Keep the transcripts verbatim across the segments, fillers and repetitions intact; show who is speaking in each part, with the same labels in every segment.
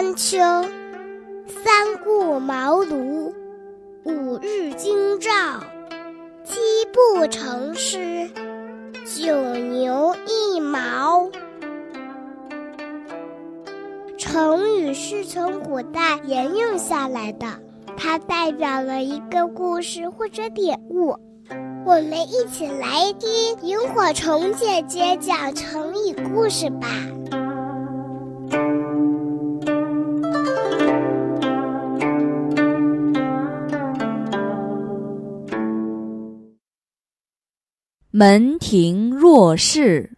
Speaker 1: 春秋，三顾茅庐，五日京兆，七步成诗，九牛一毛。成语是从古代沿用下来的，它代表了一个故事或者典故。我们一起来听萤火虫姐姐讲成语故事吧。
Speaker 2: 门庭若市。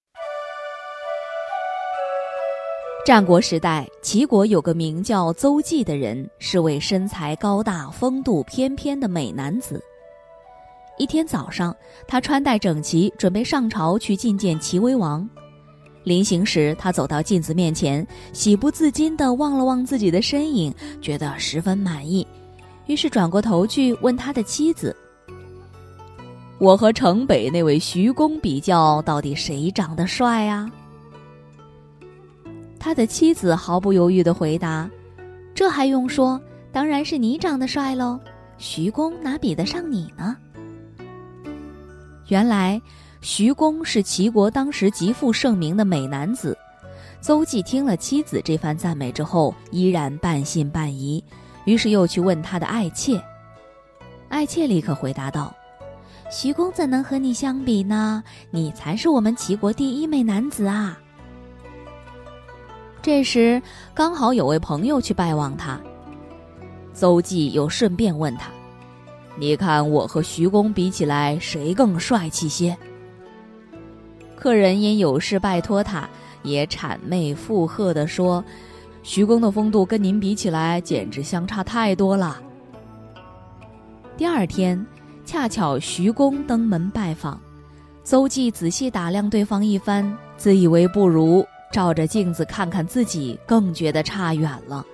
Speaker 2: 战国时代，齐国有个名叫邹忌的人，是位身材高大、风度翩翩的美男子。一天早上，他穿戴整齐，准备上朝去觐见齐威王。临行时，他走到镜子面前，喜不自禁地望了望自己的身影，觉得十分满意，于是转过头去问他的妻子：我和城北那位徐公比较，到底谁长得帅啊？他的妻子毫不犹豫地回答：这还用说，当然是你长得帅喽，徐公哪比得上你呢？原来徐公是齐国当时极负盛名的美男子。邹忌听了妻子这番赞美之后，依然半信半疑，于是又去问他的爱妾。爱妾立刻回答道：徐公怎能和你相比呢？你才是我们齐国第一美男子啊！这时刚好有位朋友去拜望他，邹忌又顺便问他：你看我和徐公比起来，谁更帅气些？客人因有事拜托他，也谄媚附和地说：徐公的风度跟您比起来，简直相差太多了。第二天恰巧徐公登门拜访，邹忌仔细打量对方一番，自以为不如，照着镜子看看自己，更觉得差远了。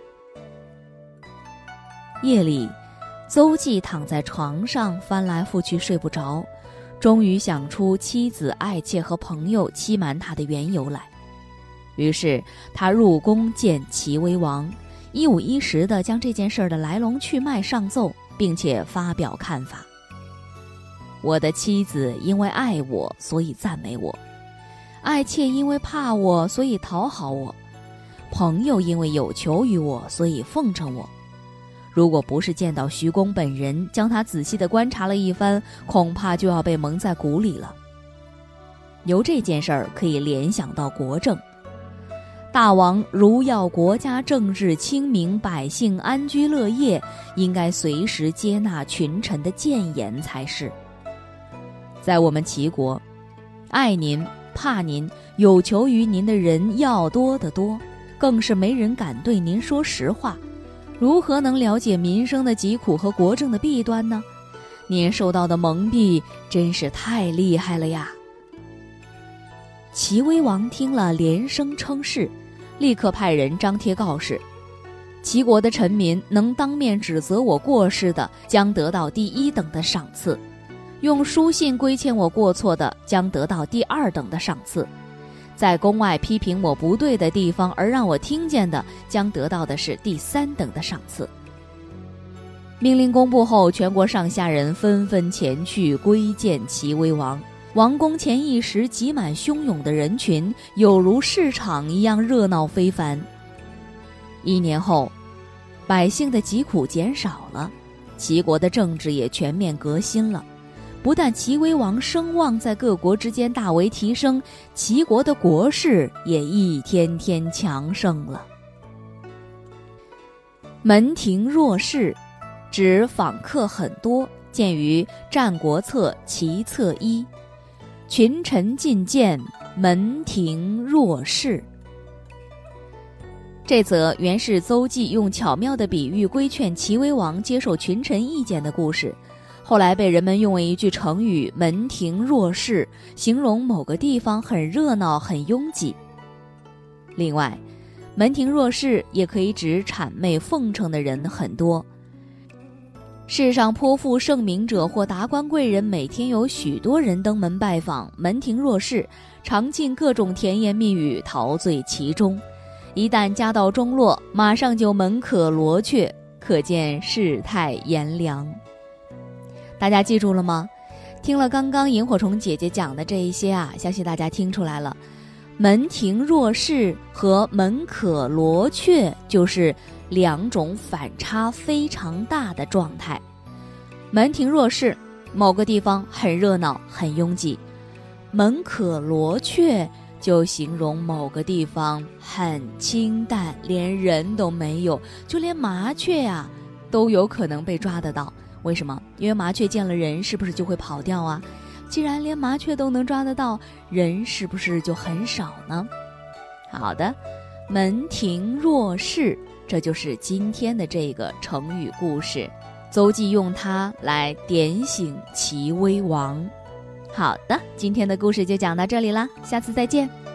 Speaker 2: 夜里，邹忌躺在床上翻来覆去睡不着，终于想出妻子、爱妾和朋友欺瞒他的缘由来。于是他入宫见齐威王，一五一十地将这件事的来龙去脉上奏，并且发表看法。我的妻子因为爱我，所以赞美我；爱妾因为怕我，所以讨好我；朋友因为有求于我，所以奉承我。如果不是见到徐公本人，将他仔细地观察了一番，恐怕就要被蒙在鼓里了。由这件事儿可以联想到国政。大王如要国家政治清明，百姓安居乐业，应该随时接纳群臣的谏言才是。在我们齐国，爱您、怕您、有求于您的人要多得多，更是没人敢对您说实话，如何能了解民生的疾苦和国政的弊端呢？您受到的蒙蔽真是太厉害了呀！齐威王听了连声称是，立刻派人张贴告示：齐国的臣民能当面指责我过失的，将得到第一等的赏赐；用书信规劝我过错的，将得到第二等的赏赐；在宫外批评我不对的地方而让我听见的，将得到的是第三等的赏赐。命令公布后，全国上下人纷纷前去归见齐威王。王宫前一时挤满汹涌的人群，有如市场一样热闹非凡。一年后，百姓的疾苦减少了，齐国的政治也全面革新了。不但齐威王声望在各国之间大为提升，齐国的国势也一天天强盛了。门庭若市，指访客很多，见于《战国策·齐策一》。群臣进谏，门庭若市。这则原是邹忌用巧妙的比喻规劝齐威王接受群臣意见的故事，后来被人们用为一句成语门庭若市，形容某个地方很热闹很拥挤。另外，门庭若市也可以指谄媚奉承的人很多。世上颇负盛名者或达官贵人，每天有许多人登门拜访，门庭若市，常进各种甜言蜜语，陶醉其中。 一旦家道中落，马上就门可罗雀，可见世态炎凉。大家记住了吗？听了刚刚萤火虫姐姐讲的这一些啊，相信大家听出来了，门庭若市和门可罗雀就是两种反差非常大的状态。门庭若市，某个地方很热闹很拥挤；门可罗雀就形容某个地方很清淡，连人都没有，就连麻雀啊都有可能被抓得到。为什么？因为麻雀见了人是不是就会跑掉啊？既然连麻雀都能抓得到，人是不是就很少呢？好的，门庭若市，这就是今天的这个成语故事，邹忌用它来点醒齐威王。好的，今天的故事就讲到这里啦，下次再见。